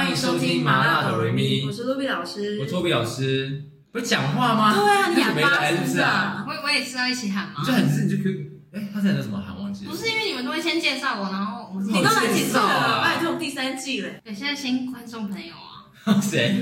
欢迎收听麻辣哆瑞咪， 我是露比老师， 我托比老师。不是讲话吗？ 对啊，你哑没巴来是不是啊？ 我也是要一起喊吗？ 你就很自然就 Q， 他在那什么喊忘记了？ 不是因为你们都会先介绍我，然后我你都来几次了？ 拜托，第3季了。 对，现在新观众朋友啊。 谁？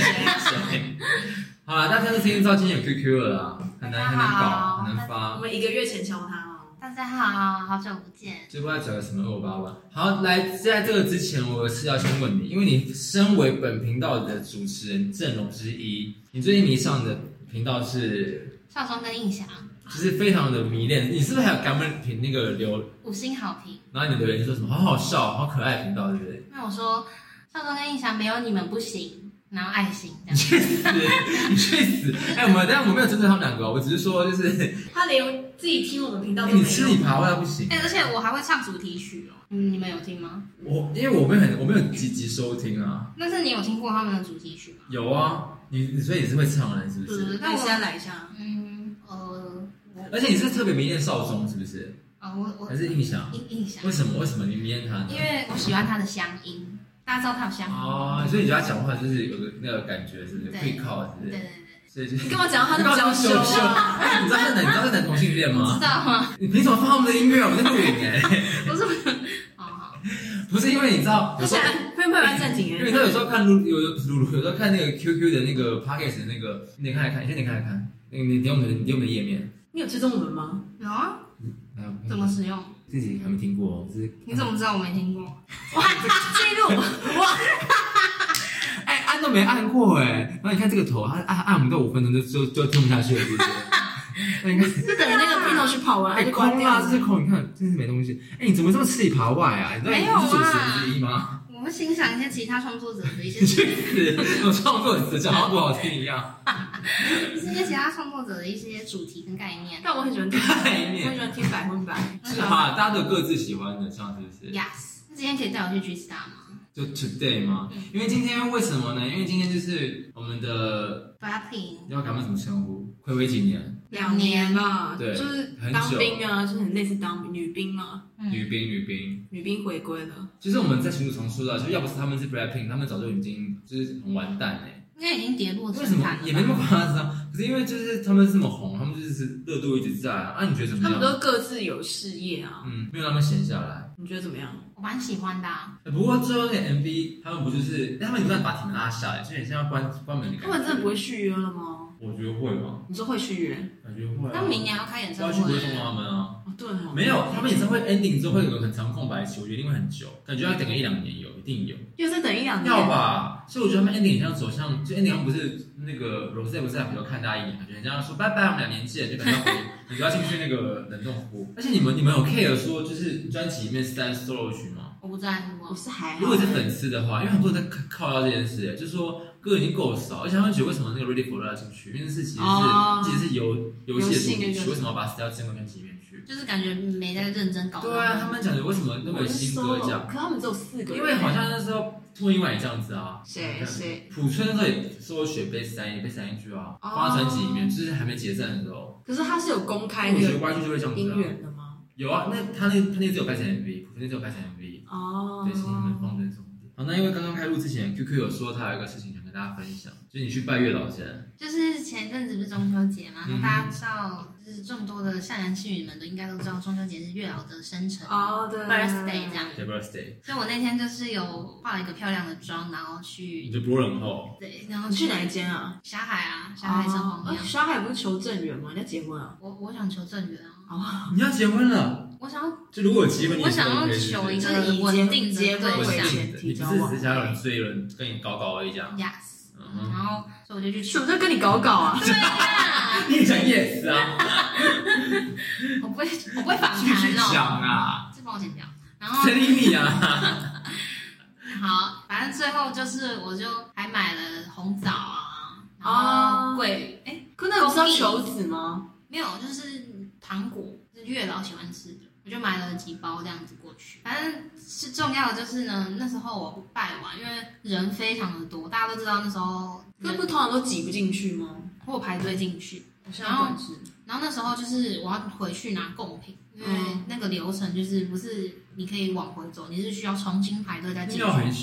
好了，大家都听知道今天有 QQ 了啦，很难搞，很难发。 我们1个月前敲他哦。 大家好，好久不见。 就不知道讲个什么258吧。好，来，在这个之前，我是要先问你，因为你身为本频道的主持人阵容之一，你最近迷上的频道是少中跟印象， 就是非常的迷恋。你是不是还有给他们评那个留 5星好评？ 然后你的留言就说什么好好笑、好可爱的频道，对不对？ 那我说少中跟印象没有你们不行。然后爱心这样。 你去死！你去死！我没有针对他们2个，我只是说就是他连自己听我们频道都没有。 你吃里扒外不行。 而且我还会唱主题曲哦。你们有听吗？ 因为我没有积极收听啊。 但是你有听过他们的主题曲吗？ 有啊，所以你是会唱的，是不是？ 那你现在来一下。 而且你是特别迷恋少宗，是不是？ 我还是印象？ 印象。 为什么你迷恋他呢？ 因为我喜欢他的乡音。大家知道他有乡音哦，所以你觉得他讲话就是有个那个感觉，是不是？会靠，是不是？ 对。 所以就你干嘛讲他那么娇羞啊？ 你知道是男同性恋吗？ 知道吗？ 你凭什么放他们的音乐？我们在录影哎。 不是，好。 不是因为你知道， 他现在会暂停哎。 因为他有时候看有时候看那个 QQ 的那个 Podcast 的那个，你点开来看，你先点开来看，你点我们的页面。 你有追踪我们吗？ 有啊。怎么使用？ 自己还没听过， 你怎么知道我没听过？ 哇，记录哇！ 按都没按过哎，然后你看这个头，他按我们到5分钟就听不下去了，是不是？那你看， 就等于那个片头曲跑完，它就关掉了。 这是空，你看真是没东西。你怎么这么吃里扒外啊？你知道你是主持人之一吗？ 我们欣赏一些其他创作者的一些。 有创作者讲话不好听一样。 是一些其他创作者的一些主题跟概念。 但我很喜欢听概念，我很喜欢听百分百。 是啊，大家都有各自喜欢的，像是不是 ？Yes。那今天可以带我去 G Star 吗？ 就 today 吗？因为今天为什么呢？因为今天就是我们的 Blackpink。 要改成什么称呼？暌违几年 ？2年了， 对， 就是当兵啊，就是很类似当女兵嘛。 女兵回归了。 其实我们在群组常说到，就是要不是他们是 Blackpink， 他们早就已经就是很完蛋哎。 应该已经跌落神坛了。 为什么也没那么夸张？可是因为就是他们这么红，他们就是热度一直在啊。你觉得怎么样？ 他们都各自有事业啊。 没有让他们闲下来。 你觉得怎么样？ 我蛮喜欢的。 不过最后那个 MV， 他们不就是他们有在把体门拉下来，所以你现在要关门的感觉。 他们真的不会续约了吗？ 我觉得会吧。 你说会续约？ 感觉会。 他们明年要开演唱会。 要去追踪他们啊。 对。 没有，他们演唱会 ending 之后会有个很长空白期，我觉得一定会很久，感觉要等个1-2年有，一定有。 又是等1-2年？ 要吧。所以我觉得他们 ending 很像走向，就 ending 他们不是那个 Rose 不是在比如看大家一眼，感觉人家说拜拜，我们2年见，就感觉你就要进去那个冷冻库。而且你们有 care 说就是专辑里面是单 solo 曲吗？ 我不在乎， 我是还好。 如果是粉丝的话，因为很多人在靠到这件事，就是说歌已经够少，而且他们觉得为什么那个 Ready for Love 要进去？因为其实是游戏的主题曲，为什么要把 Style 进到专辑里面去？ 就是感觉没在认真搞。 对啊，他们讲的为什么那么有新歌这样？ 可他们只有4个人。 因为好像那时候托尼晚也这样子啊。 谁？ 朴春那时候也说选被删进去啊，放在专辑里面，就是还没解散的时候。 可是他是有公开那个音源的吗？ 有啊，那他那次有拍成 MV， 朴春那次有拍成 MV。 哦。 对，请你们放这种。好，那因为刚刚开录之前 ，QQ 有说他有一个事情想跟大家分享，就是你去拜月老先。 就是前一阵子不是中秋节嘛，那大家知道，就是众多的善男信女们都应该都知道，中秋节是月老的生辰对 birthday 这样。 对 birthday。 所以我那天就是有化了一个漂亮的妆，然后去。 你就波人后。 对，然后去哪一间啊？ 霞海啊，霞海城隍庙。 霞海不是求正缘吗？你要结婚啊？ 我想求正缘啊。 你要结婚了？ 我想要， 就如果有机会， 我想要求一个稳定的对象， 你不是只想有人追人跟你搞搞而已这样。 Yes。然后所以我就去。 什么叫跟你搞啊？ 对呀。 你讲 yes 啊？ 我不会反弹哦。 讲啊。 这帮我剪掉。然后。 谁理你啊？ 好，反正最后就是我就还买了红枣啊，然后桂鱼。 可那不是要求子吗？ 没有，就是糖果，是月老喜欢吃的。我就买了几包这样子过去，反正是重要的就是呢，那时候我拜完，因为人非常的多，大家都知道那时候， 那不通常都挤不进去吗？ 或排队进去，然后那时候就是我要回去拿贡品，因为那个流程就是不是你可以往回走，你是需要重新排队再进去。 庙很小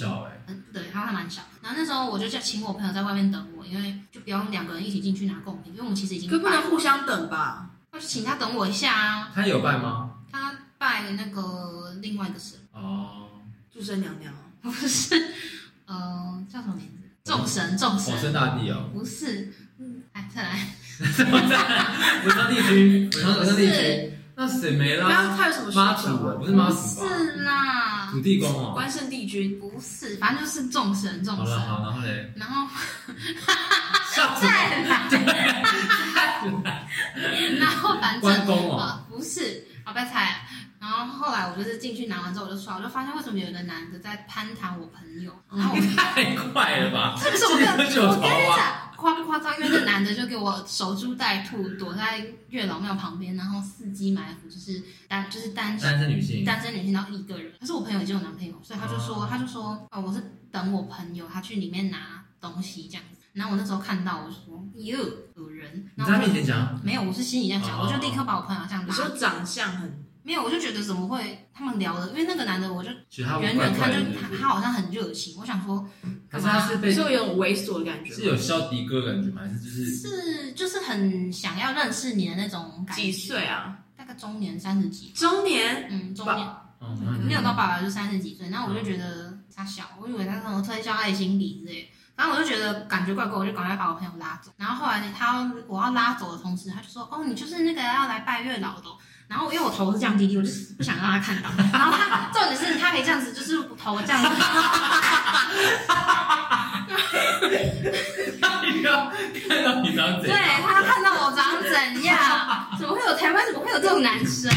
对，他还蛮小。然后那时候我就请我朋友在外面等我，因为就不用2个人一起进去拿贡品，因为我们其实已经可不能互相等吧？ 我就请他等我一下啊。 他有拜吗？ 他拜那个另外一个神， 哦， 祝生娘娘不是，叫什么名字？众神， 保生大帝哦， 不是，再来， 文昌帝君，文昌帝君，那谁没啦？ 刚刚他有什么妈祖的，不是妈祖吧？ 是啦， 土地公哦， 关圣帝君不是，反正就是众神， 好了好，然后嘞， 然后再来，然后反正关公哦， 不是，好别猜。然后后来我就是进去拿完之后我就出来，我就发现为什么有一个男的在攀谈我朋友，然后我太快了吧？ 是不是我跟你酒头啊？ 讲夸不夸张？因为那男的就给我守株待兔，躲在月老庙旁边，然后伺机埋伏，就是单身女性， 单身女性，然后一个人。可是我朋友已经有男朋友，所以他就说我是等我朋友他去里面拿东西这样子。然后我那时候看到，我就说哟有人， 你在他面前讲？ 没有，我是心里这样讲，我就立刻把我朋友这样拉。 你说长相很没有，我就觉得怎么会他们聊的？因为那个男的，我就远远看就他好像很热情，我想说， 可是他是被是有种猥琐的感觉， 是有肖迪哥的感觉吗？还是就是很想要认识你的那种感觉。 几岁啊？ 大概中年30几。 中年？ 中年。 没有到爸爸就30几岁，然后我就觉得他小，我以为他什么推销爱心笔之类的。反正我就觉得感觉怪怪，我就赶快把我朋友拉走。然后后来我要拉走的同时，他就说：“哦，你就是那个要来拜月老的哦。”然后因为我头是这样低低，我就不想让他看到。然后重点是他可以这样子，就是头这样子。 看到你长怎样？ 对，他看到我长怎样？台湾怎么会有这种男生？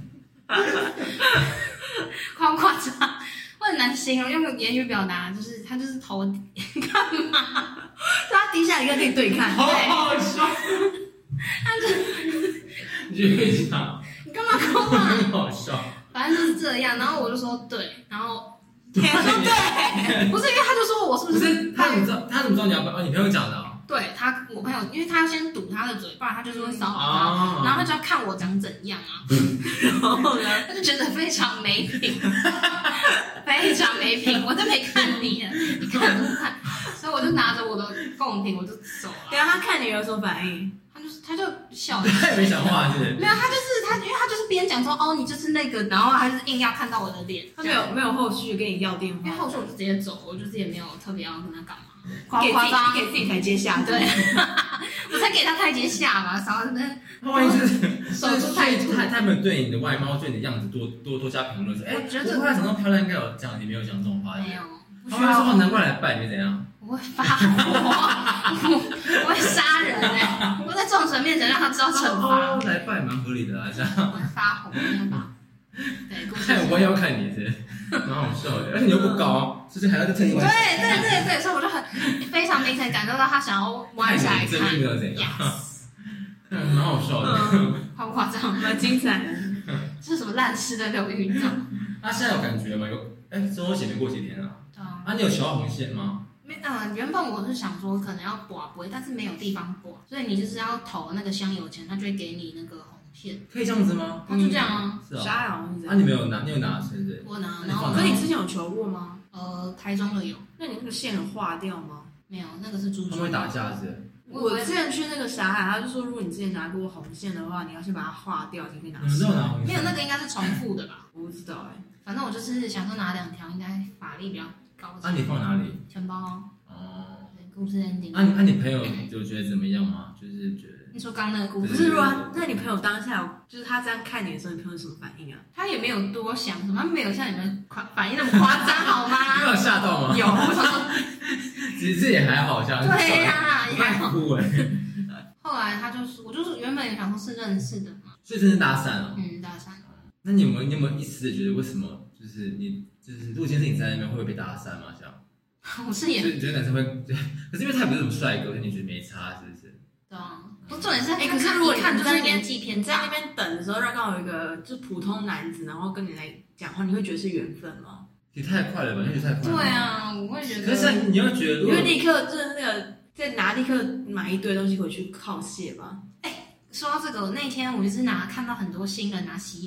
夸不夸张？我很难形容，用言语表达，就是他就是头干嘛？ 他低下来跟你对看， 好好笑。 他就你觉得讲？ 你干嘛哭啊？ 很好笑。 反正就是这样，然后我就说对，然后他说对，不是因为他就说我是不是？ 他怎么知道？他怎么知道你要你朋友讲的？ 对我朋友，因为他要先堵他的嘴，不然他就是会骚扰他，然后他就要看我长怎样啊，然后呢，他就觉得非常没品，非常没品，我都没看你了，你看不看？所以我就拿着我的贡品我就走了。 对啊，他看你有什么反应？ 他就笑， 他也没讲话是？ 没有，因为他就是边讲说哦你就是那个，然后他就是硬要看到我的脸， 他没有后续跟你要电话， 因为后续我就直接走，我就是也没有特别要跟他干嘛。 夸张，给自己台阶下， 对，我才给他台阶下吧，少在那边。 万一是守株待兔，他们对你的外貌、对你的样子多加评论说， 我觉得他长那么漂亮，应该有这样，你没有讲这种话。 没有， 他们说难怪来拜你怎样？ 我会发火，我会杀人哎！我在众神面前让他知道惩罚。 来拜蛮合理的啊，这样。 我会发火，没办法。对， 看我也要看你是，蛮好笑的，而且你又不高，就是还要再特意对对对对，所以我就非常明显感受到他想要弯下来看。 真命的怎样？蛮好笑的， 夸不夸张？ 蛮精彩的。 这是什么烂事的流运动？ 他现在有感觉吗？中秋节没过几天啊？ 对啊。 你有求到红线吗？ 原本我是想说可能要拔杯，但是没有地方拔，所以你就是要投那个香油钱，他就会给你那个红线。 可以这样子吗？ 他就这样啊。 是啊。 沙好像是这样。 你没有拿，你有拿是不是？ 我拿，然后可是你之前有求过吗？ 台中的有。 那你那个线有化掉吗？ 没有，那个是猪。 他们会打架是？ 我之前去那个沙海，他就说，如果你之前拿过红线的话，你要先把它化掉，才可以拿。 你们都有拿红线？ 没有，那个应该是重复的吧？ 我不知道哎。 反正我就是想说拿2条，应该法力比较高。 你放哪里？ 钱包啊。 哦。 对，故事 ending。 你朋友就觉得怎么样吗？就是觉得。 你说刚那个故事。 不是，如果那你朋友当下就是他这样看你的时候，你朋友什么反应啊？ 他也没有多想什么，他没有像你们反应那么夸张，好吗？ 你有吓到吗？ 有，我想说。 其实这也还好，像。 对呀，也还好。 哭哎。 后来他就是，我就是原本也想说是认识的嘛。 所以真是搭讪哦。 搭讪。 那你有没有一丝的觉得为什么就是如果今天是你在那边会不会被搭讪嘛？这样。 我是也。 你觉得男生会？可是因为他也不是什么帅哥，所以你觉得没差是不是？ 对啊。不，重点是可是如果一看就是年纪偏大， 在那边等的时候，刚好有一个就普通男子，然后跟你来讲话，你会觉得是缘分吗？ 也太快了吧，你会觉得太快了。 对啊，我会觉得。 可是你会觉得， 因为立刻就是那个立刻买一堆东西回去犒谢吧。 说到这个，那天我就是看到很多新人拿喜饼，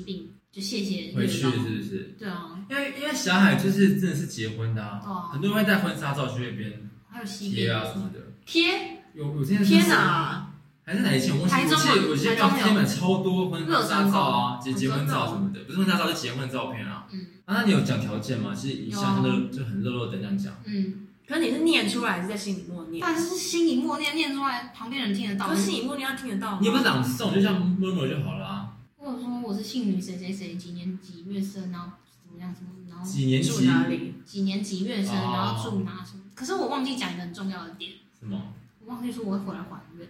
就谢谢回去月老是不是？ 对啊， 因为小海就是真的是结婚的对啊很多人会带婚纱照去那边还有西贴边啊什么的。 贴， 有这件事天哪！ 还是哪一期？我台中吗我记得贴满超多婚纱照啊，结婚照什么的，不是婚纱照，是结婚照片啊。那你有讲条件吗？是以像就很热的这样讲。 可是你是念出来，还是在心里默念？ 但是心里默念出来，旁边人听得到。 可是心里默念要听得到吗？ 你不是朗诵，就像默默就好了啊。 或者说我是姓女谁谁谁，几年几月生，然后怎么样，然后几年住哪里， 几年几月生，然后住哪什么。可是我忘记讲一个很重要的点。 什么？ 我忘记说我会回来还愿。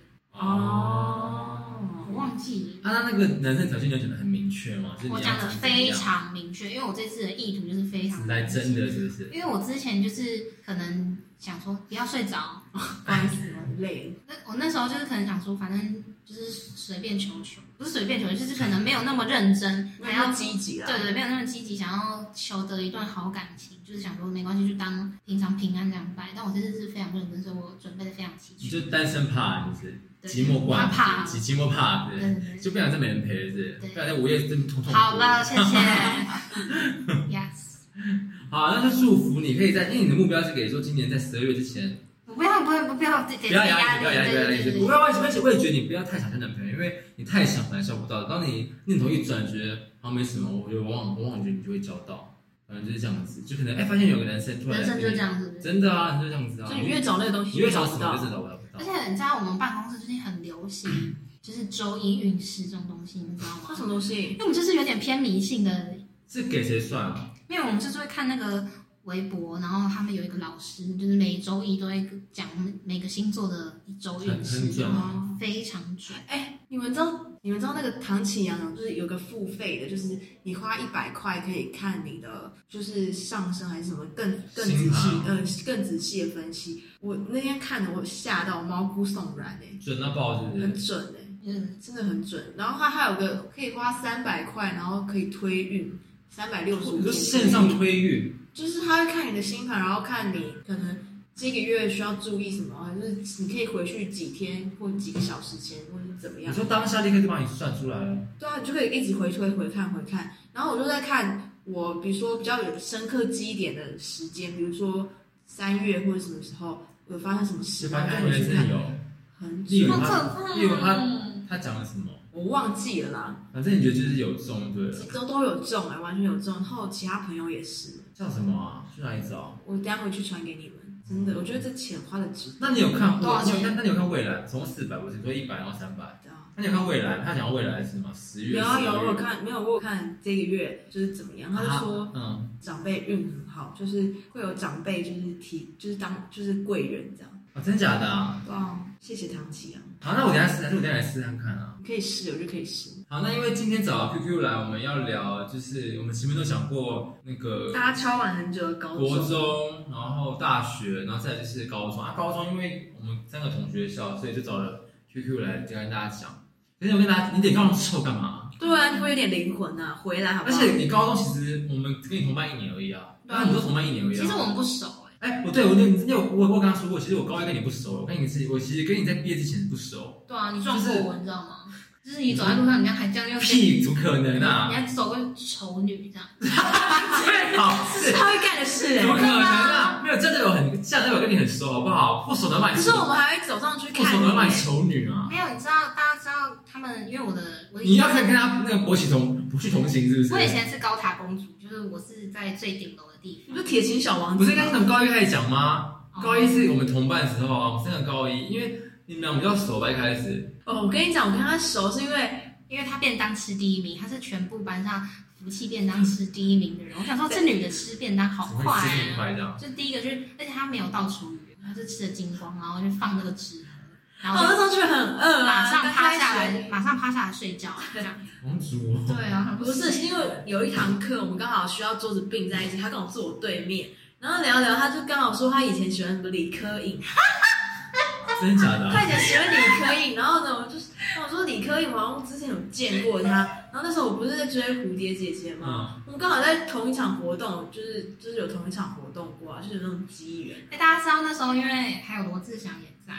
我忘记了。 那个男生条件就讲的很明确吗？ 我讲的非常明确，因为我这次的意图就是非常来真的，是不是？ 因为我之前就是可能想说不要睡着， 不好意思，很累。 我那时候就是可能想说，反正就是随便求，不是随便求，就是可能没有那么认真，还要积极啦。 对，没有那么积极，想要求得一段好感情，就是想说没关系，就当平常平安这样拜。但我这次是非常认真，所以我准备的非常齐全。 你就单身怕，就是寂寞惯， 怕， 寂寞怕，对，就不想再没人陪，是，不想在午夜真痛。 好了，谢谢。Yes。 好，那就祝福你可以在，因为你的目标是给说今年在12月之前。 不要压力， 不要压力，不要我也觉得你不要太想交男朋友，因为你太想可能交不到。当你念头一转，觉得好像没什么，我觉得往往觉得你就会交到，反正就是这样子，就可能发现有个男生突然人生就这样子， 真的啊，就这样子啊。 所以你越找那个东西， 你越找什么就是找不到。 而且你知道我们办公室最近很流行，就是周一运势这种东西，你知道吗？ 那什么东西？ 因为我们就是有点偏迷信的。 是给谁算啊？ 因为我们就是会看那个微博，然后他们有一个老师，就是每周一都会讲每个星座的一周运势， 很准， 非常准。 你们知道那个唐启阳就是有个付费的，就是你花100块可以看你的就是上升还是什么更仔细的分析。我那天看的我吓到毛骨悚然准到爆，是不是？ 很准真的很准。然后它还有个可以花300块，然后可以推运365天， 就线上推运。 就是他会看你的星盘，然后看你可能这个月需要注意什么，就是你可以回去几天或几个小时前，或者怎么样。 你说当下立刻就帮你算出来了。 对啊，你就可以一直回看。然后我就在看我，比如说比较有深刻记忆点的时间，比如说3月或者什么时候有发生什么事，然后就回去看。很例如他讲了什么？ 我忘记了啦。 反正你觉得就是有中，对了。 都有中完全有中。然后其他朋友也是。 叫什么啊？去哪里找？ 我等一下回去传给你们。真的，我觉得这钱花的值。 那你有看多少钱？ 那你有看未来？从400，我只说100，然后300。那你有看未来？他讲未来是什么？10月。 有我有看，我有看这个月就是怎么样。他就说，长辈运很好，就是会有长辈就是贵人这样。 真假的啊？ 对啊，谢谢唐琪啊。 好，那我等下来试看看啊。 可以试，我就可以试。 好，那因为今天找 QQ 来，我们要聊，就是我们前面都讲过那个大家敲完很久的高中、 国中，然后大学，然后再来就是高中啊。高中因为我们3个同学校，所以就找了 QQ 来跟大家讲。可是我跟大家，你点高中之后干嘛？ 对啊，你会有点灵魂啊，回来好不好？ 而且你高中其实我们跟你同班1年而已啊，然后你都同班1年而已啊。 其实我们不熟。 我跟他说过，其实我高一跟你不熟，我其实跟你在毕业之前不熟。 对啊，你撞过我，你知道吗？就是你走在路上，人家还这样用屁，怎么可能啊？ 你还走过丑女这样， 最好是他会干的事怎么可能啊？没有，真的有跟你很熟，好不好？不熟的骂你。 可是我们还会走上去看， 不熟的骂你丑女啊？ 没有，你知道大家知道他们，因为我你要跟他那个不去同行是不是？ 我以前是高塔公主，就是我是在最顶楼的地方。 不是铁琴小王子？ 不是刚从高一开始讲吗？高一是我们同班的时候啊，我们3个高一，因为你们俩比较熟吧，一开始。 我跟你讲，我跟他熟是因为他便当吃第1名，他是全部班上福气便当吃第1名的人。我想说，这女的吃便当好快啊！就第一个就是，而且她没有倒厨余，她是吃的精光，然后就放那个纸盒，然后那时候觉得很饿， 马上趴下来睡觉，这样。 公主。 对啊， 不是因为有一堂课，我们刚好需要桌子并在一起，他跟我坐我对面，然后聊聊，他就刚好说他以前喜欢什么理科影。 真的假的？ 他以前喜欢理科影，然后呢，我说理科影，我好像之前有见过他。然后那时候我不是在追蝴蝶姐姐吗？我们刚好在同一场活动，就是有同一场活动过啊，就是有那种机缘。 大家知道那时候因为还有罗志祥也在，然后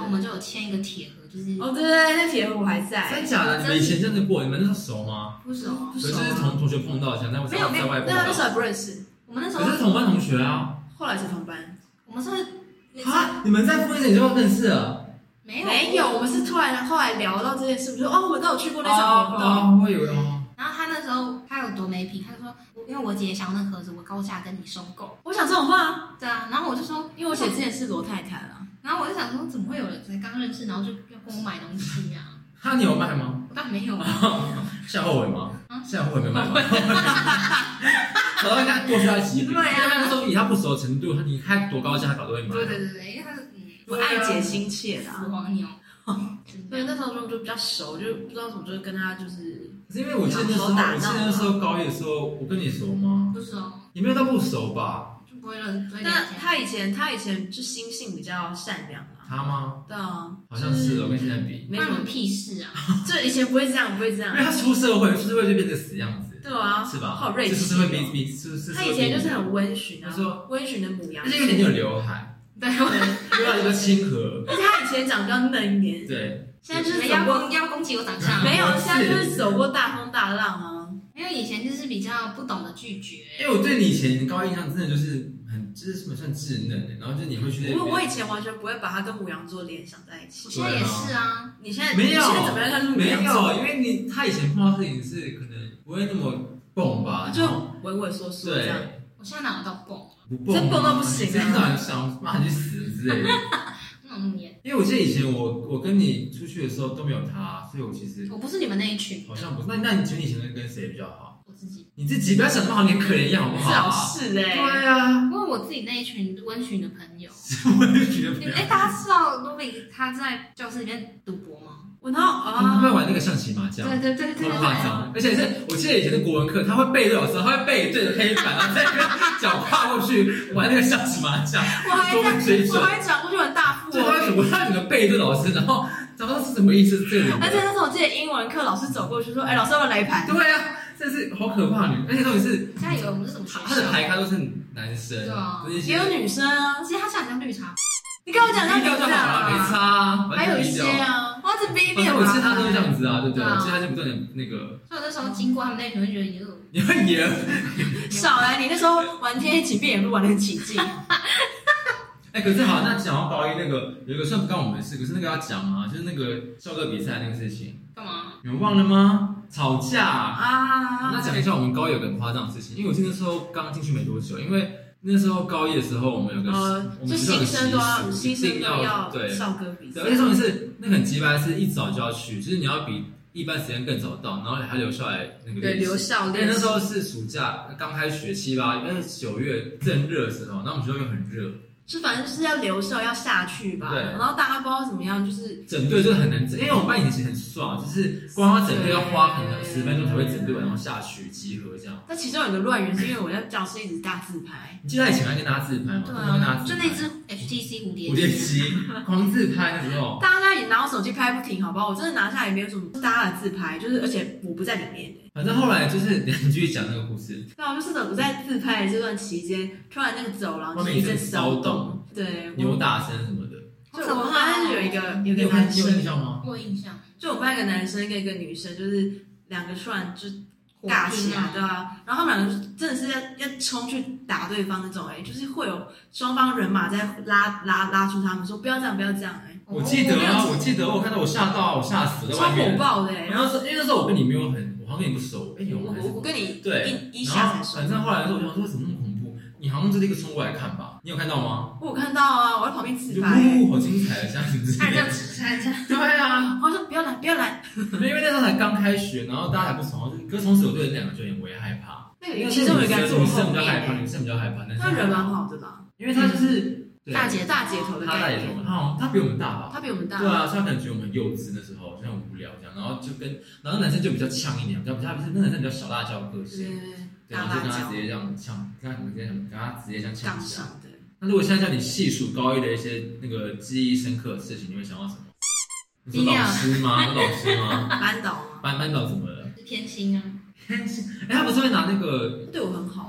我们就有签一个铁盒，就是哦，对对对，那铁盒我还在。 真假的？你们以前真的过？你们那时候熟吗？ 不熟， 可是同学碰到，想在没有在外碰到。 那时候还不认识。 我们那时候可是同班同学啊。 后来是同班。 我们是啊，你们在复印城就认识了？ 没有， 我们是突然后来聊到这件事，我就说我们都有去过那场活动。 我以为哦。 然后他那时候他有多没品，他就说，因为我姐想要那盒子，我高价跟你收购。 我想这种话。 对啊，然后我就说， 因为我姐之前是罗太太啦。 然后我就想说，怎么会有人才刚认识，然后就要跟我买东西呀？ 你有卖吗？ 我当然没有啊。 现在后悔吗？现在后悔没买吗？然后他过去他几笔， 对啊， 那时候以他不熟的程度，你开多高价，他搞都会买。 对，因为他是我爱姐心切的死黄牛。 对，那时候就比较熟，就不知道怎么就跟他就是。 可是因为我记得那时候高一的时候，我跟你熟吗？ 不熟， 也没有到不熟吧。 就不会认。 但他以前就心性比较善良啊。 他吗？ 对啊， 好像是跟现在比， 没什么屁事啊。 就以前不会这样，因为他出社会就变成死样子。 对啊， 是吧？ 好锐气。 是会比他以前就是很温驯啊， 说温驯的母羊。 而且因为你有刘海， 对， 刘海就亲和。 而且他以前长比较嫩一点。 对。 现在就是要攻击我长相。 没有，现在就是走过大风大浪啊。 因为以前就是比较不懂得拒绝。 因为我对你以前高一印象真的就是就是什么算稚嫩的，然后就你会去。 我以前完全不会把它跟母羊座联想在一起。 我现在也是啊。 你现在没有？ 现在怎么样？他是母羊座， 因为他以前碰到事情是可能不会那么蹦吧， 就畏畏缩缩这样。 我现在哪有到蹦？ 不蹦，真蹦到不行啊！ 真的想骂你去死之类的。因为我记得以前我跟你出去的时候都没有他，所以我其实我不是你们那一群， 好像不是。那你觉得你以前跟谁比较好？ 我自己。 你自己不要想那么好，你很可怜一样好不好？ 是哎。 对啊。 因为我自己那一群温驯的朋友。 温驯的朋友。 大家知道卢比他在教室里面赌博吗？ 他们会玩那个象棋麻将。 对。 很夸张，而且我记得以前的国文课，他会背对老师，他会背对着黑板，然后再跟脚跨过去玩那个象棋麻将。我还转过去玩大富翁。 对，他整个背对老师，然后是什么意思？这个。 而且那时候我记得英文课老师走过去说：“老师要不要来一盘？” 对啊，真是好可怕！而且重点是， 现在以为我们是什么学校？ 他的牌咖都是男生， 对啊， 也有女生啊。 其实他像很像绿茶。 你跟我讲像绿茶， 没差， 还有一些啊，我只逼逼。 我记得他都是这样子啊，对不对？其实他就不断的那个。 所以那时候经过他们那群，会觉得耶。 你会耶？ 少来！你那时候玩天黑请闭眼路玩得很起劲。 可是好，那讲到高一那个有一个算不干我们的事，可是那个要讲啊，就是那个校歌比赛那个事情。 干嘛？ 你们忘了吗？吵架啊！ 那讲一下我们高一有个很夸张的事情，因为我记得那时候刚进去没多久，因为那时候高一的时候我们有个我们新生都要对校歌比赛， 而且重点是那个很鸡掰，是一早就要去，就是你要比一般时间更早到，然后还留下来那个留校练习。 因为那时候是暑假刚开学7、8，因为9月正热的时候，那我们学校又很热。 就反正就是要留校要下去吧， 对。 然后大家不知道怎么样，就是整队就很难整，因为我们班以前其实很爽，就是光要整队要花可能10分钟才会整队完，然后下去集合这样。 那其中有个乱源是因为我在教室一直大自拍。 你记得他以前还跟大家自拍吗？ 对啊，就那只 HTC 蝴蝶机，狂自拍那时候。 大家在拿我手机拍不停，好不好？我真的拿下来也没有什么大家的自拍，就是而且我不在里面。 反正后来就是你继续讲那个故事。 对啊，就是我在自拍的这段期间，突然那个走廊就一阵骚动，对， 扭打声什么的。 就我们班有一个男生， 你有印象吗？ 我有印象。 就我们班有一个男生跟一个女生，就是2个突然就尬起来，对啊，然后他们2个真的是要冲去打对方那种，就是会有双方人马在拉出他们，说不要这样，不要这样， 我记得啊，我看到我吓到，我吓死了， 超火爆的。 然后因为那时候我跟你没有很，我好像跟你不熟， 我跟你对一下才熟。 反正后来的时候我想说怎么那么恐怖，你好像就是一个冲过来看吧，你有看到吗？ 我有看到啊，我在旁边自拍， 好精彩的这样子。 他这样子， 对啊， 我说不要来，不要来， 因为那时候才刚开学，然后大家还不熟，可是同时我对2个就有点微害怕。 那个其中有一个女生比较害怕，女生比较害怕， 但人蛮好的吧？ 因为他就是大姐头的概念， 他比我们大吧？ 他比我们大， 对啊，所以他可能觉得我们很幼稚，那时候就很无聊这样，然后然后男生就比较呛一点，比较那男生比较小辣椒个性，对，然后就跟他直接这样呛，跟他直接这样呛起来。那如果现在叫你细数高一的一些那个记忆深刻的事情，你会想到什么？你说老师吗？ 班导吗？ 班导怎么了？ 偏心啊。 偏心。他不是会拿那个对我很好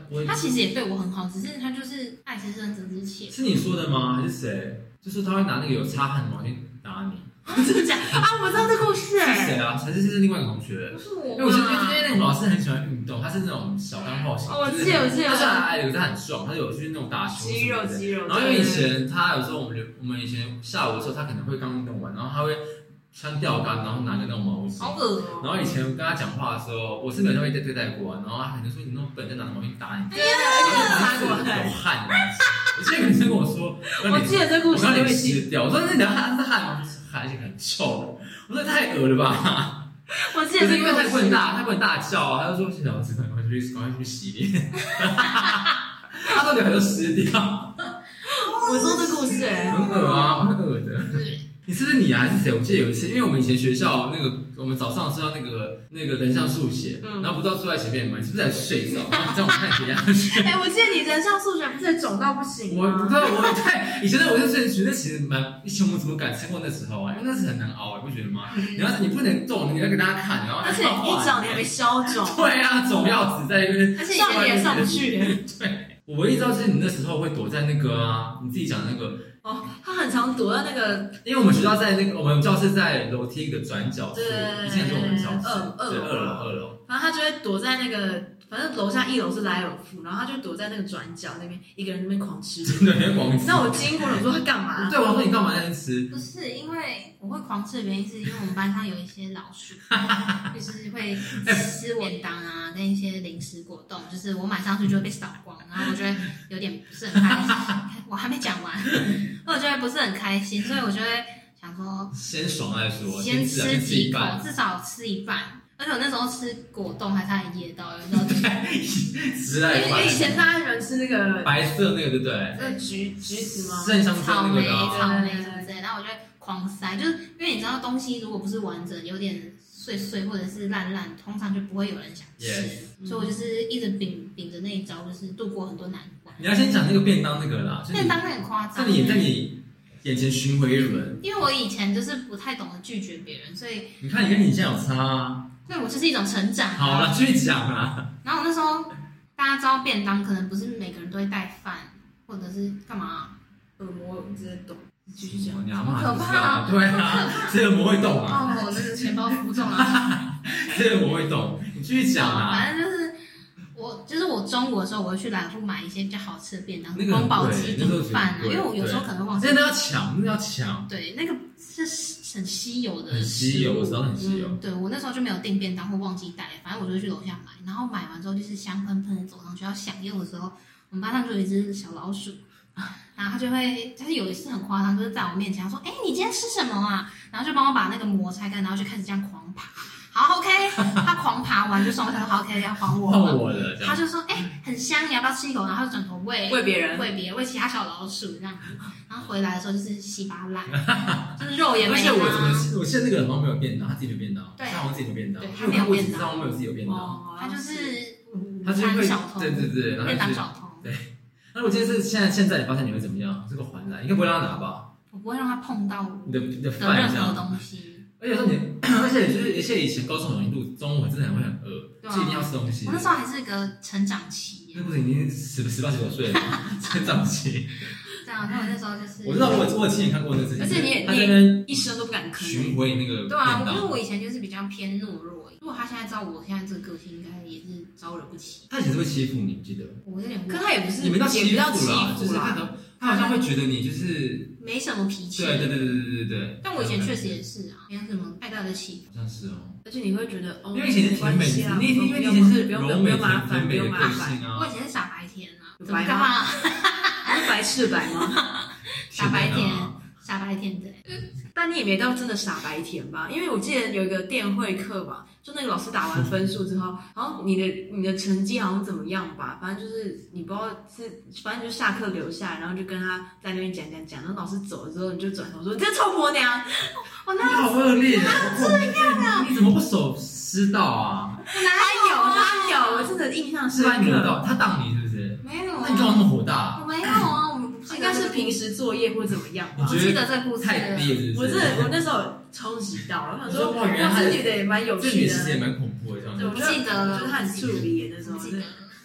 他其实也对我很好，只是他就是爱之深责之切。 是你说的吗？还是谁？就说他会拿那个有擦汗的毛巾打你。 真的假的啊？我知道这故事是谁啊？还是另外一个同学？ 不是我因为我觉得那种老师很喜欢运动，他是那种小钢炮型。 我记得， 他是很矮的，可是他很壮，他有去那种打球肌肉。 然后因为以前他有时候我们以前下午的时候，他可能会刚运动完，然后他会穿吊杆，然后拿个那种毛巾。 好恶哦。 然后以前跟他讲话的时候，我是没有被对待过，然后他可能说你那种笨，就拿着毛巾打你。 对，而且有汗。我记得女生跟我说， 我记得这故事我让你湿掉。我说那你的汗是汗吗？汗而且很臭。我说太恶了吧！ 我记得这因为他不能大叫啊，他就说谢谢老师，赶快去洗脸。他说脸都湿掉。 我说这故事很恶啊，很恶的。你是不是你啊？还是谁？我记得有一次，因为我们以前学校我们早上是要那个人像速写，然后不知道坐在前面吗？你是不是在睡着？然后叫我看别人去。 我记得你人像数学不是肿到不行吗？ 我不知道，以前我就觉得其实以前我们怎么敢撑过那时候啊？因为那是很难熬，你不觉得吗？你不能动，你要给大家看，然后而且一长你还没消肿。 对啊，肿要死在那边， 而且上也上不去。 对，我唯一知道是你那时候会躲在那个啊，你自己讲那个。 哦，他很常躲在那个， 因为我们学校在我们教室在楼梯的转角处，以前是我们教室，二楼。 然后他就会躲在那个，反正楼下1楼是莱尔富，然后他就躲在那个转角那边，一个人在那边狂吃。 真的狂吃。 那我经过了，我说他干嘛？ 对，我说你干嘛在那边吃？ 不是因为我会狂吃的原因，是因为我们班上有一些老鼠，就是会吃便当啊，跟一些零食果冻，就是我买上去就会被扫光，然后我觉得有点不是很开心。我还没讲完，我觉得不是很开心，所以我就会想说， 先爽再说， 先吃几口，至少吃一半。而且我那时候吃果冻还差点噎到，你知道吗？ 因为以前大家喜欢吃那个白色那个，对不对？ 那橘子吗？ 草莓什么之类，然后我就会狂塞，就是因为你知道东西如果不是完整，有点碎碎或者是烂烂，通常就不会有人想吃。所以我就是一直秉着那一招，就是度过很多难关。 你要先讲那个便当那个啦， 便当很夸张， 在你眼前巡回一轮。 因为我以前就是不太懂得拒绝别人，所以你看你跟你现在有差啊。 对，我就是一种成长。 好了，继续讲啊。 然后我那时候大家知道便当可能不是每个人都会带饭，或者是干嘛？ 耳膜直接动，继续讲。 好可怕啊！ 对啊，这耳膜会动啊。 哦，我那个钱包浮动啊。 这耳膜会动，你继续讲啊。 反正就是我中午的时候，我会去兰富买一些比较好吃的便当， 那个宫保鸡丁饭啊，因为我有时候可能忘记。 真的要抢，要抢。 对，那个是很稀有的， 很稀有，我知道很稀有。 对，我那时候就没有订便当或忘记带，反正我就去楼下买，然后买完之后就是香喷喷的走上去要享用的时候，我们班上就有一只小老鼠，然后他有一次很夸张，就是在我面前他说：“哎，你今天吃什么啊？”然后就帮我把那个膜拆开，然后就开始这样狂爬。好 OK， 他狂爬完就说：“好 OK， 要还我了。”他就说：“哎，很香，你要不要吃一口？”然后他就转头喂别人， 喂其他小老鼠这样子。然后回来的时候就是稀巴烂，就是肉也没拿。 而且我记得那个好像没有便当，他自己的便当， 对， 他好像自己的便当， 对，他没有便当， 他没有自己的便当， 他就是他就会小偷， 对， 便当小偷， 对。那我今天是现在你发现你会怎么样？这个还来，应该不会让他拿吧？ 我不会让他碰到你的任何东西。 而且说而且以前高中有一度中午真的会很饿，就一定要吃东西。 我那时候还是个成长期， 那不是已经18、19岁了，成长期。 对啊，那我那时候就是， 我知道我有亲眼看过那个事情， 而且你他在那边一声都不敢吭， 巡回那个。 对啊，因为我以前就是比较偏懦弱，如果他现在知道我现在这个个性，应该也是招惹不起。 他以前是会欺负你，记得？ 我有点， 可他也不是， 你们叫欺负啦， 就是他好像会觉得你就是没什么脾气。 对。 但我以前确实也是啊，没有什么太大的气。 好像是哦。 而且你会觉得， 因为以前是甜美，因为以前是柔美甜美的个性啊。 我以前是傻白甜啊， 怎么干嘛？ 是白赤白吗？ 傻白甜的。 但你也没到真的傻白甜吧？因为我记得有一个电绘课吧，就那个老师打完分数之后，然后你的成绩好像怎么样吧？反正就是你不知道是，反正就下课留下来，然后就跟他在那边讲，然后老师走了之后，你就转头说：“你这臭婆娘！” 我那好恶劣， 这样啊！ 你怎么不手师到啊？ 他有，我真的印象深刻。 他当你是不是？ 没有啊。 那你干嘛那么火大？ 我没有啊， 应该是平时作业或怎么样吧。 我记得这故事太低了。 我那时候冲击到，我想说， 原来这女的也蛮有趣的， 这女其实也蛮恐怖的，这样子。 我记得了，就是她很处理那时候。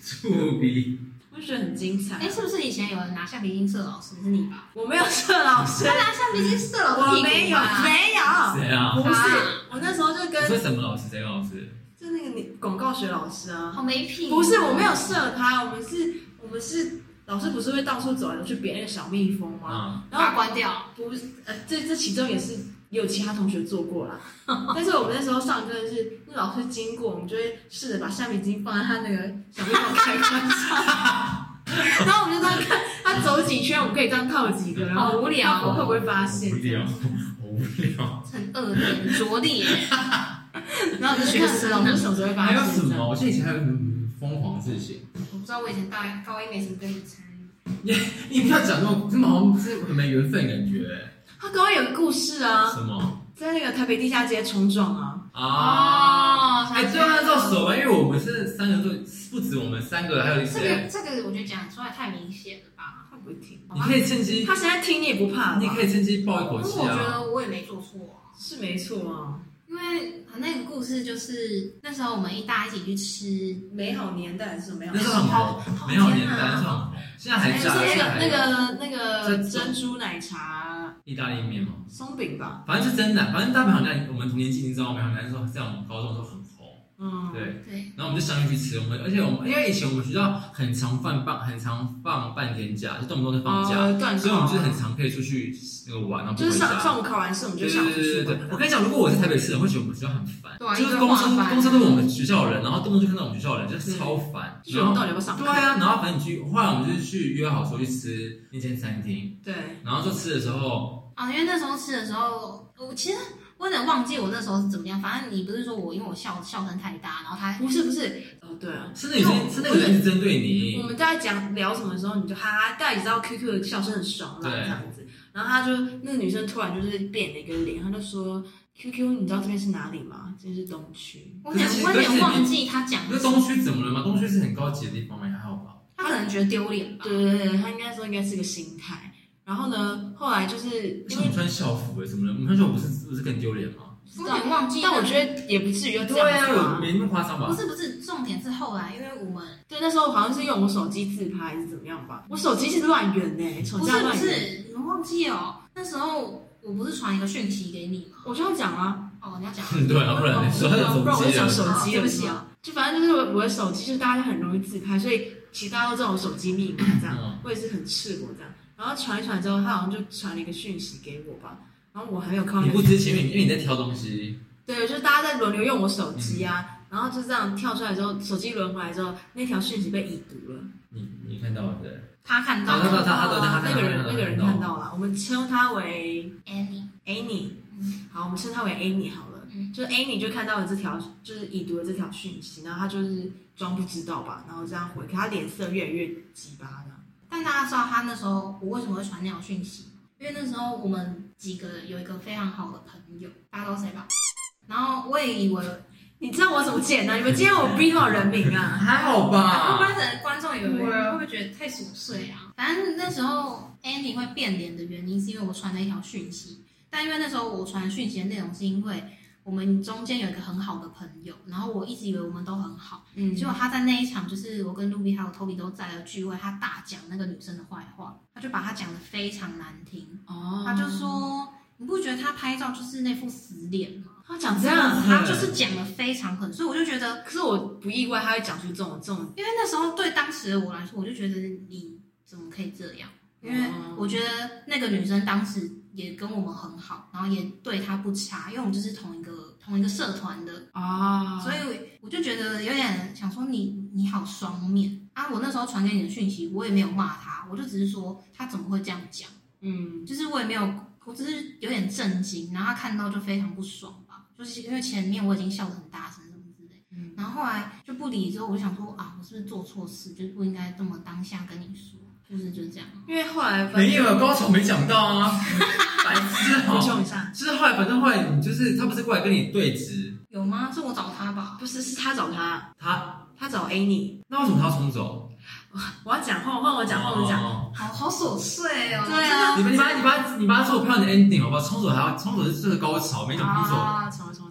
触鼻。 我就觉得很精彩。 哎，是不是以前有人拿橡皮筋射老师？是你吧？ 我没有射老师， 他拿橡皮筋射老师我没有，没有。 谁啊？ 不是，我那时候就跟你说什么老师？谁老师？ 就那个广告学老师啊。 好没品。 不是，我没有射他，我们是老师不是会到处走来走去别那个小蜜蜂吗？ 然后把它关掉。 不是，这其中也有其他同学做过啦。但是我们那时候上课是，那老师经过，我们就会试着把橡皮筋放在他那个小蜜蜂开关上，然后我们就这样看他走几圈，我们可以这样套几个，然后好无聊我会不会发现？ 无聊，好无聊， 很恶劣，拙劣。 然后就学生，我们什么时候会发现？ 还有什么？我记得以前还有什么疯狂的事情。 我不知道，我以前高一没什么跟你参你与。 不要讲那种，这么好像是很没缘分感觉。 他高一有个故事啊， 什么？ 在那个台北地下街冲撞啊。 哦， 哎，对啊，到手吧，因为我们是三个人，不止我们三个，还有一些。 这个我觉得讲出来太明显了吧？ 他不会听， 你可以趁机， 他现在听你也不怕， 你可以趁机爆一口气啊。 我觉得我也没做错啊， 是没错啊。 因为那个故事就是那时候我们大家一起去吃美好年代是美好， 那时候很红，美好年代那时候很红，现在还是那个珍珠奶茶意大利面吗？ 松饼吧， 反正是真的，反正大美好年代我们同年纪你知道美好年代时候在我们高中的时候很红，对，然后我们就相约去吃，而且因为以前我们学校很常放半天假，就动不动就放假，所以我们就很常可以出去那个玩，然后就是上午考完试我们就想出去。 对，我跟你讲，如果我在台北市，我会觉得我们学校很烦，就是公车都是我们学校的人，然后动不动就看到我们学校的人，就是超烦。 就我们到底要不要上课？ 对啊，然后反正后来我们就是去约好说去吃那间餐厅， 对， 然后就吃的时候因为那时候吃的时候，我其实我有点忘记我那时候是怎么样。反正你不是说因为我笑声太大，然后他不是对啊， 是那个人是针对你。 我们在聊什么时候，你就哈哈，大家也知道 QQ 的笑声很爽啦，这样子。然后那个女生突然就是变了一个脸，她就说 QQ， 你知道这边是哪里吗？这是东区。 我有点忘记她讲的。 那东区怎么了吗？东区是很高级的地方吗？还好吧。 她可能觉得丢脸吧。 对，她应该说应该是个心态。然后呢，后来就是因为我们穿校服什么的，我们穿校服不是更丢脸吗？ 我有点忘记， 但我觉得也不至于要这样子啊，没那么夸张吧？ 不是，重点是后来，因为我们那时候好像是用我手机自拍还是怎么样吧，我手机是乱圆呢，手机乱圆。 不是，你们忘记哦？那时候我不是传一个讯息给你吗？ 我就要讲啊。 哦，你要讲。 对啊，不然你说不然我就讲手机， 对不起啊。 就反正就是我的手机，就是大家就很容易自拍，所以其实大家都知道我手机密码这样，我也是很赤裸这样。然后传一传之后，他好像就传了一个讯息给我吧，然后我还没有看到。 你不知情，因为你在挑东西。 对，就是大家在轮流用我手机啊，然后就这样跳出来之后，手机轮回来之后，那条讯息被已读了。 你看到了对？ 他看到了， 那个人看到了，我们称他为 Annie。 好，我们称他为 Annie 好了。就是 Annie 就看到了这条，就是已读的这条讯息，然后他就是装不知道吧，然后这样回，可他脸色越来越鸡巴的。 但大家知道他那时候我为什么会传那条讯息？因为那时候我们几个有一个非常好的朋友，大家都谁吧？然后我也以为，你知道我怎么剪的？你们今天我逼多少人名啊？ 还好吧。 不然的观众以为会不会觉得太琐碎啊？反正那时候 Annie 会变脸的原因是因为我传了一条讯息，但因为那时候我传讯息的内容是因为我们中间有一个很好的朋友，然后我一直以为我们都很好，结果他在那一场就是我跟 Ruby 还有 Toby 都在的聚会，他大讲那个女生的坏话，他就把她讲得非常难听，他就说你不觉得他拍照就是那副死脸吗？ 他讲这样， 他就是讲得非常狠，所以我就觉得， 可是我不意外他会讲出这种， 因为那时候对当时的我来说，我就觉得你怎么可以这样？因为我觉得那个女生当时也跟我们很好，然后也对她不差，因为我们就是同一个社团的啊，所以我就觉得有点想说你好双面啊！我那时候传给你的讯息，我也没有骂他，我就只是说他怎么会这样讲，就是我也没有，我只是有点震惊，然后他看到就非常不爽吧，就是因为前面我已经笑得很大声什么之类，然后后来就不理之后，我就想说啊，我是不是做错事，就不应该这么当下跟你说。就是这样， 因为后来没有高潮没讲到啊，白痴补充一下， 就是后来反正后来你就是他不是过来跟你对质， 有吗？是我找他吧？ 不是，是他找他找 Annie， 那为什么他要冲走？ 我要讲，换我讲， 好琐碎哦。 对啊， 你把它做漂亮的 ending 好不好？冲走是这个高潮，没讲不走。 重来。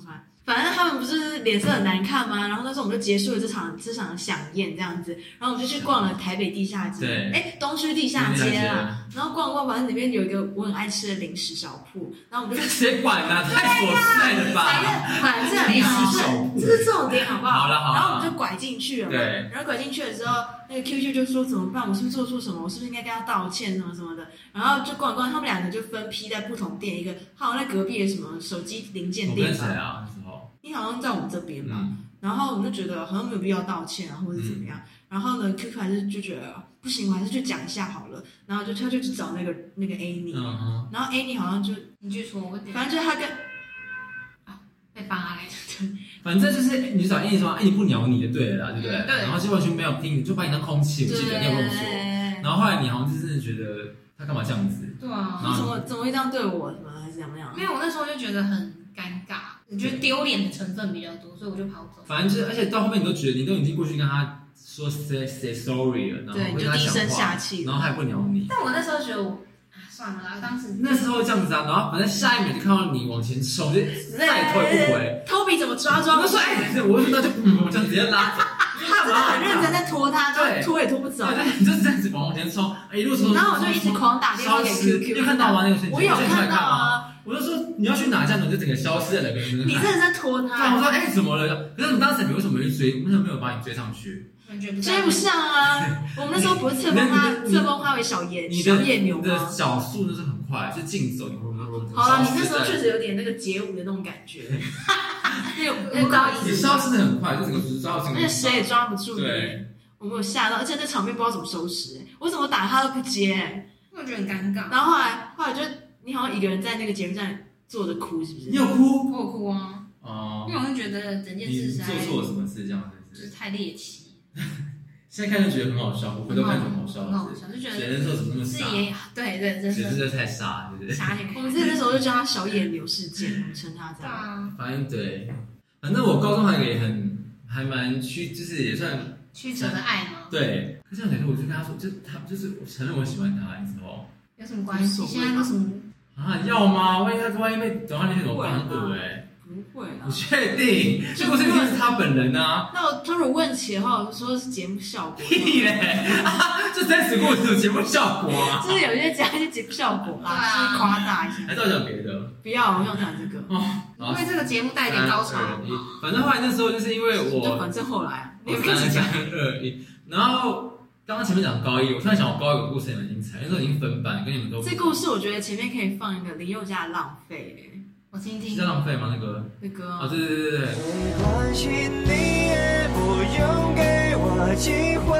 反正他们不是脸色很难看吗？然后那时候我们就结束了这场飨宴这样子，然后我们就去逛了台北地下街，东区地下街啦。然后逛，反正里面有一个我很爱吃的零食小铺，然后我们就谁管啊？太琐碎了吧？ 反正零食小铺， 这是重点好不好？ 好了。 然后我们就拐进去了嘛。 对。 然后拐进去的时候，那个 QQ 就说怎么办？我是不是做错什么？我是不是应该跟他道歉什么什么的？然后就逛，他们两个就分批在不同店，一个好像在隔壁的什么手机零件店吧。 我跟谁啊？那时候你好像在我们这边吧。然后我们就觉得好像没有必要道歉啊，或者怎么样。然后呢 ，QQ 还是就觉得不行，我还是去讲一下好了。然后他就去找那个 Annie，然后 Annie 好像就你去说， 反正就是他跟被扒来的，反正就是你找 Annie 说，Annie 不鸟你就对了啦，对不对？ 对。 然后就完全没有听，就把你当空气，我记得你有跟我说。然后后来你好像就是觉得他干嘛这样子？ 对啊。 怎么会这样对我？什么还是怎么样？ 没有，我那时候就觉得很尴尬，我觉得丢脸的成分比较多，所以我就跑走。 反正就是，而且到后面你都觉得你都已经过去跟他说 say sorry 了，然后对，就低声下气， 然后还不鸟你。 但我那时候觉得算了啦，当时那时候这样子啊，然后反正下一秒就看到你往前冲，就再也退不回。 Toby 怎么抓？ 我就说我就那就这样直接拉走。 他真的很认真在拖他，对，拖也拖不走。 对，你就是这样子往前冲，一路冲。 然后我就一直狂打电话给 QQ， 你有看到吗？那个瞬间我有看到啊。 我就说你要去哪，这样子就整个消失在那边。 你真的在拖他。 对，我说怎么了？可是你当时你为什么没追？为什么没有把你追上去？ 追不上啊！我们那时候不是侧风花为小野牛吗？ 你的脚速就是很快，就竞走。 好了，你那时候确实有点那个街舞的那种感觉。那高一， 你消失的很快，就整个抓到， 而且谁也抓不住你。我们有吓到，而且那场面不知道怎么收拾，我怎么打他都不接， 我觉得很尴尬。 然后后来就你好像一个人在那个捷运站坐着哭，是不是？ 你有哭？ 我有哭啊。因为我就觉得整件事做错了什么事这样子， 就是太猎奇。 现在看就觉得很好笑，我回头看很好笑， 很好笑，就觉得谁那时候怎么那么傻？ 对，真的太傻，对不对？ 傻眼。 我们那时候就叫他小野牛事件，我们称他这样。 反正我高中还还蛮就是也算曲折的爱吗？ 对，可是我就跟他说，他就是我承认我喜欢他，你知道吗？ 有什么关系？现在都什么啊？要吗？万一被等到那天怎么办？很恶不会啦， 你确定？结果这个是他本人啊。 那他如果问起的话，我就说是节目效果。 屁嘞！这真实故事节目效果啊， 就是有些讲一些节目效果啦，就是夸大一下。 还是要讲别的？ 不要，我想讲这个。 因为这个节目带点高潮。 反正后来那时候就是因为我， 反正后来你们开始讲2、1，然后刚刚前面讲高一，我突然想我高一有个故事也蛮精彩，那时候已经分班，跟你们都。 这故事我觉得前面可以放一个林宥嘉的《浪费》。 我听听。 是浪费吗？那歌啊，对。 没关系，你也不用给我机会，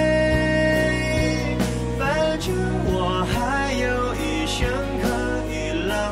反正我还有一生可以浪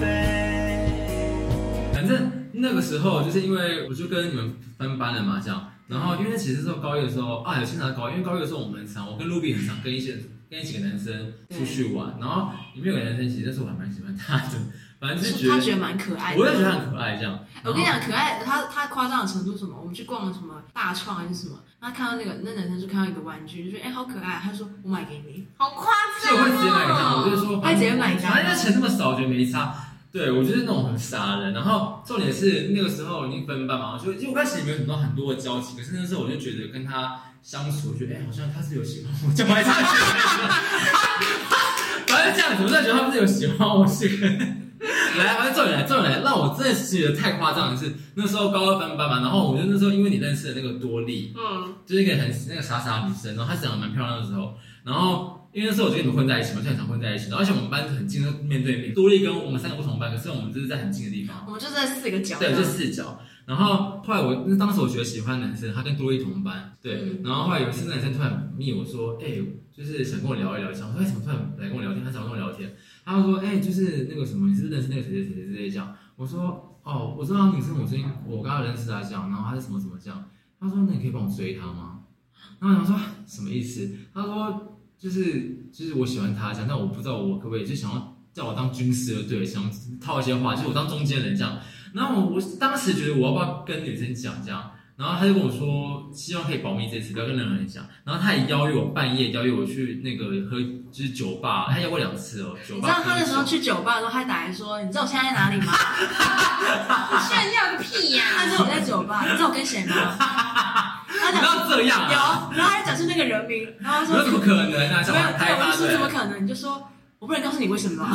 费。 反正那个时候就是因为我就跟你们分班了嘛，这样。然后因为其实是高一的时候啊，有现在高一，因为高一的时候我们很常，我跟 Ruby 很常跟几个男生出去玩，然后里面有个男生其实那时候我还蛮喜欢他的。反正就是他觉得蛮可爱的， 我也觉得很可爱这样。 我跟你讲，可爱，他夸张的程度什么？我们去逛什么大创还是什么？他看到那男生就看到一个玩具，就说好可爱，他说我买给你， 好夸张。 所以我会直接买给他，我就说会直接买给他， 反正钱那么少，我觉得没差。对，我就是那种很傻的人。然后重点是那个时候已经分班嘛，就我开始也没有很多的交集，可是那时候我就觉得跟他相处，我觉得好像他是有喜欢我，讲白差距。反正这样子，我真的觉得他不是有喜欢我，是个。来，反正重点来，让我真的是觉得太夸张的是，那时候高2分班嘛，然后我就那时候因为你认识的那个多莉，就是一个那个傻傻的女生，然后她长得蛮漂亮的时候，然后因为那时候我就跟你们混在一起嘛，就很常混在一起，而且我们班很近，面对面，多莉跟我们3个不同班，可是我们就是在很近的地方， 我们就在4个角， 对，就4角。然后后来当时我觉得喜欢的男生，他跟多莉同班，对，然后后来有一次男生突然密我说，就是想跟我聊一聊，想说怎么突然来跟我聊天，他想跟我聊天。他就说，就是那个什么，你是不是认识那个谁之类这样？我说，我知道女生，我跟她认识啊这样，然后她是什么这样。他说，那你可以帮我追她吗？然后我想说什么意思？他说就是我喜欢她这样，但我不知道我可不可以，就想要叫我当军师的对，想套一些话，就是我当中间人这样。然后我当时觉得我要不要跟女生讲这样， 然后他就跟我说，希望可以保密这次，不要跟任何人讲。然后他也邀约我半夜邀约我去那个喝，就是酒吧，他邀过2次哦。酒吧。 你知道他那时候去酒吧的时候，他打来说：“你知道我现在在哪里吗？” 炫耀个屁呀！ 他说我在酒吧，你知道我跟谁吗？他讲不要这样、啊。 有，然后他就讲出那个人名，然后他说：“ 怎么可能啊？想把他拍我就说怎么可能？你就说我不能告诉你为什么。”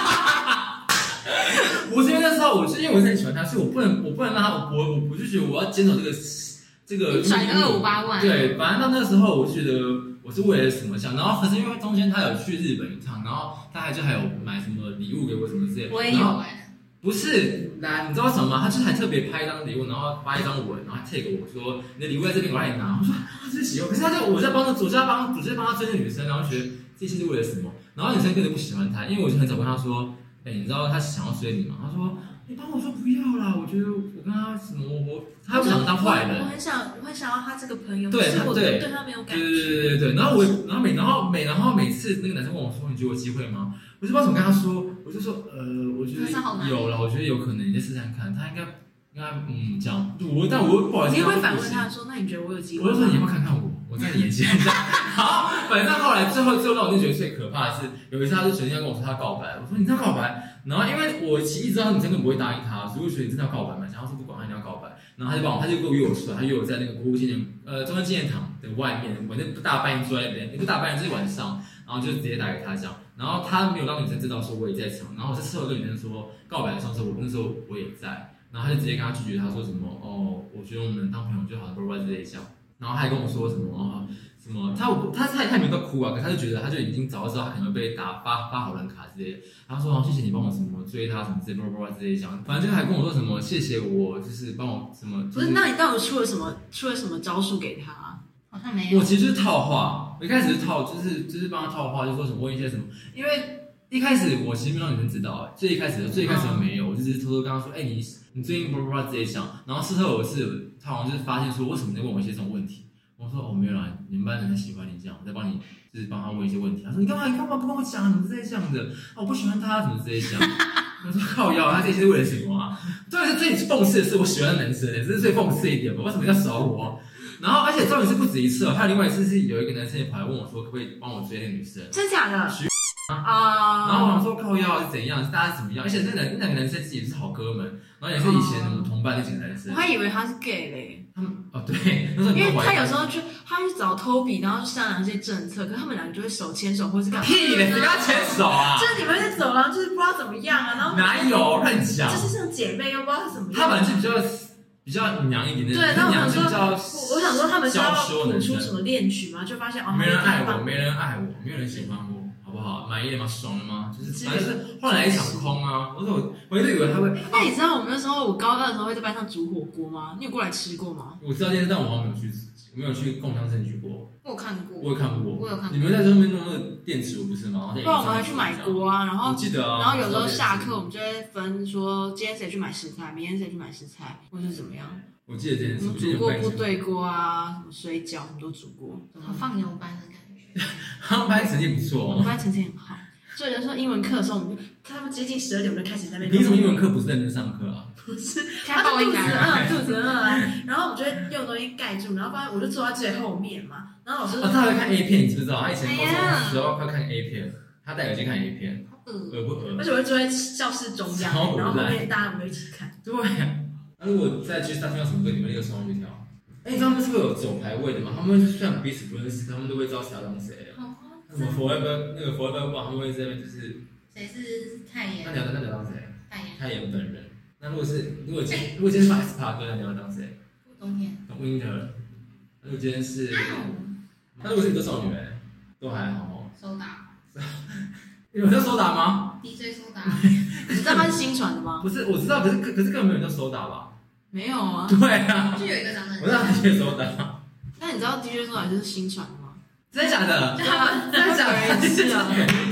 我是因为那时候我是因为我是很喜欢他，所以我不能让他，我就觉得我要坚守这个甩个258万。 对，反正到那时候我就觉得我是为了什么想，然后可是因为中间他有去日本一趟，然后他还有买什么礼物给我什么之类的。 我也有不是，你知道什么吗？他就是还特别拍一张礼物，然后发一张文，然后 tag 我说你的礼物在这边，我让你拿。我说这是喜欢，可是我在帮他追那女生，然后觉得这些是为了什么？然后女生根本不喜欢他，因为我就很早跟他说。你知道他想要追你吗？他说你帮我说不要啦，我觉得我跟他什么他不想当坏人。 我很想要他这个朋友， 对， 我对他没有感觉。对。然后每次那个男生问我说你觉得有机会吗？我就不知道怎么跟他说，我就说我觉得有了，我觉得有可能，你再试试看。他应该这样。但我不好意思。 你会反问他说那你觉得我有机会吗？ 我就说你要不要看看我在你眼前。好，反正后来最后让我就觉得最可怕的是，有一次他就决定要跟我说他告白，我说你要告白，然后因为我其实一直知道女生根本不会答应他，所以我觉得你真的要告白嘛，然后说不管他一定要告白，然后他就跟我约我出来，他约我在那个国父纪念中央纪念堂的外面，我那不大半夜坐在那边，也不大半夜就是晚上，然后就直接打给他讲，然后他没有让女生知道说我也在场，然后我在事后跟女生说告白的时候那时候我也在，然后他就直接跟他拒绝，他说什么我觉得我们当朋友就好了，不之类讲，然后还跟我说什么什么，他也没有到哭啊，可他就觉得他就已经早就知道他可能会被发好人卡之类的。他说谢谢你帮我什么追他什么之类之类讲，反正就还跟我说什么谢谢我就是帮我什么。 不是，那你到底出了什么招数给他？ 好像没有。 我其实就是套话，我一开始是就是帮他套话，就说什么问一些什么，因为一开始我其实没让女生知道，最一开始没有，我就只是偷偷跟他说，你最近之类讲，然后事后他好像就是发现说为什么在问我一些这种问题。我说没有啦，你们班人很喜欢你这样，我在帮你，就是帮他问一些问题。他说你干嘛不跟我讲？你是这样的我不喜欢他，怎么之类讲？我说靠腰，他这些是为了什么啊？最讽刺的是我喜欢的男生，这是最讽刺一点吧？为什么要少我？然后而且重点是不止一次还有另外一次是有一个男生也跑来问我说可不可以帮我追那个女生？ 真假的？ 然后我想说靠腰是怎样？是大家怎么样？而且那两个男生自己也是好哥们，然后也是以前我们同班那几个男生。 我还以为他是 gay 嘞。 他们对，那时候因为他有时候他去找 Toby， 然后就商量一些政策，可是他们两个就会手牵手或是干嘛？ 屁嘞，谁跟他牵手啊？ 就是你们在走廊，就是不知道怎么样啊，然后哪有乱讲？ 就是像姐妹又不知道是怎么样。 他本来是比较娘一点的， 对，那我想说他们是要谱出什么恋曲吗？就发现没人爱我，没人喜欢我。好不好？满意了吗？爽了吗？就是反正是换来一场空啊！我一直以为他会。 那你知道我们那时候我高二的时候会在班上煮火锅吗？你有过来吃过吗？ 我知道这件事，但我好像没有去共襄盛举过。 我有看过。 我有看过。 你们在这边弄那个电池不是吗？ 对，我们还去买锅啊，然后我记得啊。 然后有时候下课我们就会分说，今天谁去买食材，明天谁去买食材，或者是怎么样。 我记得这件事。 我们煮过部队锅啊，什么水饺，我们都煮过。 好放牛班的感觉。 他们班成绩不错， 我们班成绩很好。所以有时候英文课的时候，我们就他们接近12点，我们就开始在那边。 凭什么英文课不是认真上课啊？ 不是，他肚子饿，然后我们就会用东西盖住，然后发现我就坐在最后面嘛，然后老师他会看 A 片，你知不知道？他以前高中的时候会看 A 片，他戴耳机看 A 片，恶不恶？ 而且我会坐在教室中央，然后后面大家我们一起看。 对呀，那如果再去上跳什么歌，你们那个双去跳？你知道他们是会有走排位的吗？他们就算彼此不认识，他们都会知道谁要当谁。什么 Forever 那个 Forever One，他们会这边就是谁是泰妍？ 那你要当谁？泰妍本人。那如果今天是 aespa 哥，那你要当谁？ 冬天。 Winter。如果今天是，那如果是你的少女都还好。 收打。 有人叫收打吗 ？DJ 收打。 你知道他是新传的吗？ 不是，我知道，可是根本没有人叫收打吧？ 没有啊。 对啊。 就有一个长得。 我知道 DJ 收打。 那你知道 DJ 收打就是新传的吗？ 真的假的？ 真的假的？ 是啊。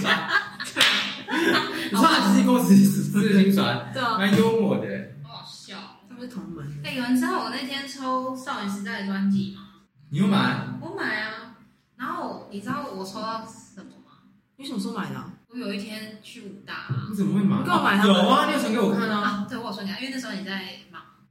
你说他经纪公司是新传， 对啊， 蛮幽默的， 好好笑。 他们是同门。 有人知道我那天抽少女时代的专辑吗？ 你有买？ 我买啊。然后你知道我抽到什么吗？ 你什么时候买的？ 我有一天去武大。 你怎么会买？ 你跟我买？ 有啊，你有传给我看啊。 对，我有传给他，因为那时候你在忙。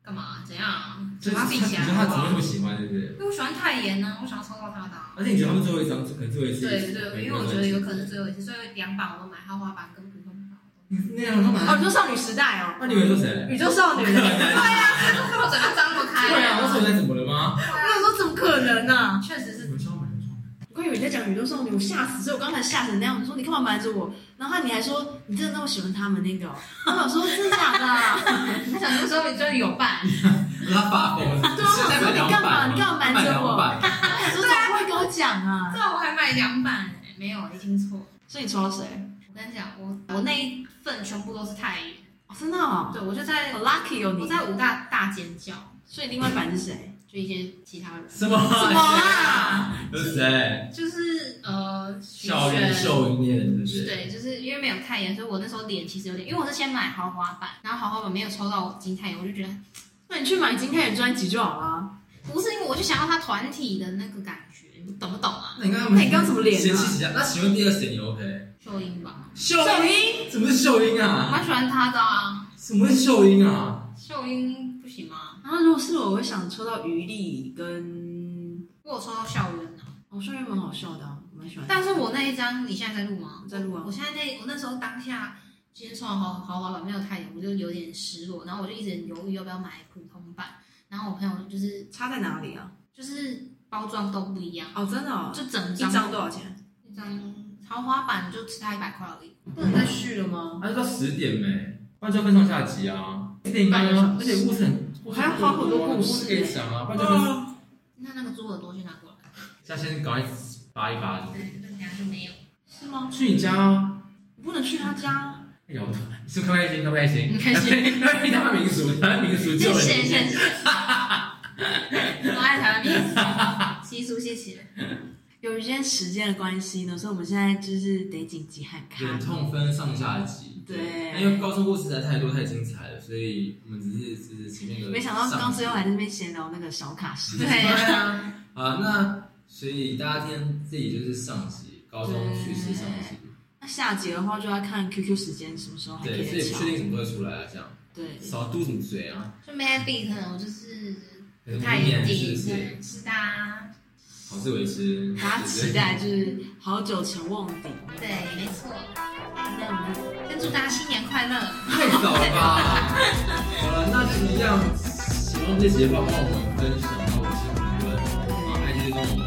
干嘛？怎样？ 就是嘴巴闭起来你说他怎么好不好那么喜欢，对不对？ 因为我喜欢太妍呢，我想要抽到他的啊。 而且你觉得他们最后一张可能最后一次？ 对对，因为我觉得有可能是最后一次，所以2版我都买，豪华版跟普通版。 那样都买。 哦，你说少女时代哦？ 那你以为说谁？ 宇宙少女。 对呀，我嘴巴张不开。 对啊，我说你怎么了吗？ 我想说怎么可能呢？ 确实是。 我刚以为你在讲宇宙少女，我吓死，所以我刚才吓成那样。我说你干嘛瞒着我？然后你还说你真的那么喜欢他们那个？我想说真的假的？ 我想那时候你真的有伴。 他发疯了。 对啊，我说你干嘛？你干嘛瞒着我？我说怎么会跟我讲啊？ 对啊，我还买2版没有，你听错。 所以你抽到谁？ 我跟你讲，我那一份全部都是太妍。 哦，真的哦。 对，我就在好 lucky 哦你。 我在5大尖叫。 所以另外一版是谁？ 就一些其他人。 什么啊？是谁？ 就是校园秀音恋，是不是？ 对，就是因为没有太妍，所以我那时候脸其实有点，因为我是先买豪华版，然后豪华版没有抽到我金太妍，我就觉得， 那你去买金太妍专辑就好了。 不是因为我就想要他团体的那个感觉，你懂不懂啊？ 那你刚刚怎么脸啊？ 嫌弃几下？那请问第二谁你 OK？ 秀英吧。 秀英？怎么是秀英啊？ 我蛮喜欢他的啊。 什么是秀英啊？ 秀英不行吗？ 然后如果是我会想抽到余力跟我有抽到校园啊。 哦，校园蛮好笑的，我蛮喜欢。 但是我那一张，你现在在录吗？ 在录啊。 我现在我那时候当下，今天抽到豪华版没有太妍，我就有点失落，然后我就一直很犹豫要不要买普通版。然后我朋友就是差在哪里啊？ 就是包装都不一样哦，真的哦。 就整一张多少钱？ 一张豪华版就吃他100块而已。 不能再续了吗？ 那就到10点没，不然就要分上下集啊。电影啊，而且故事还要花很多故事可以讲啊，不然就分。 那个猪耳朵先拿过来。 现在先赶快扒一扒。 对，那等下就没有。 是吗？ 去你家啊？ 你不能去他家。 哎呦，你是开不开心？开不开心？ 开心。 台湾民俗，台湾民俗救人。 谢谢。我爱台湾民俗习俗，谢谢。 由于今天时间的关系呢，所以我们现在就是得紧急喊卡。 忍痛分上下集。 对。 因为高中故事实在太多太精彩了，所以我们只是前面的。 没想到刚最后还在那边闲聊那个小卡时间。 对啊。 啊，那所以大家听自己就是上集，高中趣事上集。 那下集的话就要看 QQ 时间什么时候还可以对，所以不确定什么会出来啊，这样。 对。 少嘟什么嘴啊？ 就 maybe 可能我就是不太一定是的啊。 好自为之， 大家期待就是好久成瓮底。 对，没错。那我们先祝大家新年快乐。 太早了吧？好了，那就一样，喜欢这集的话，帮我们分享到5星评论，啊，IG跟我们。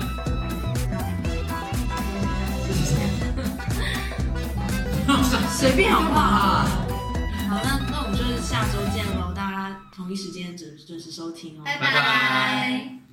这是什么？ 随便好不好？好，那我们就是下周见喽，大家同一时间准时收听哦， 拜拜。